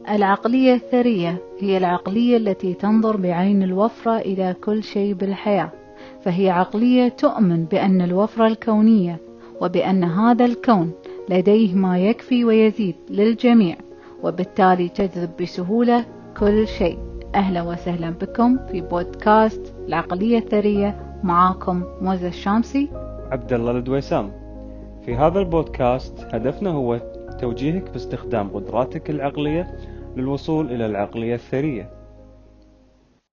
العقلية الثرية هي العقلية التي تنظر بعين الوفرة إلى كل شيء بالحياة، فهي عقلية تؤمن بأن الوفرة الكونية وبأن هذا الكون لديه ما يكفي ويزيد للجميع، وبالتالي تجذب بسهولة كل شيء. أهلا وسهلا بكم في بودكاست العقلية الثرية، معاكم موزة الشامسي عبد الله الدويسام. في هذا البودكاست هدفنا هو توجيهك باستخدام قدراتك العقلية للوصول إلى العقلية الثرية.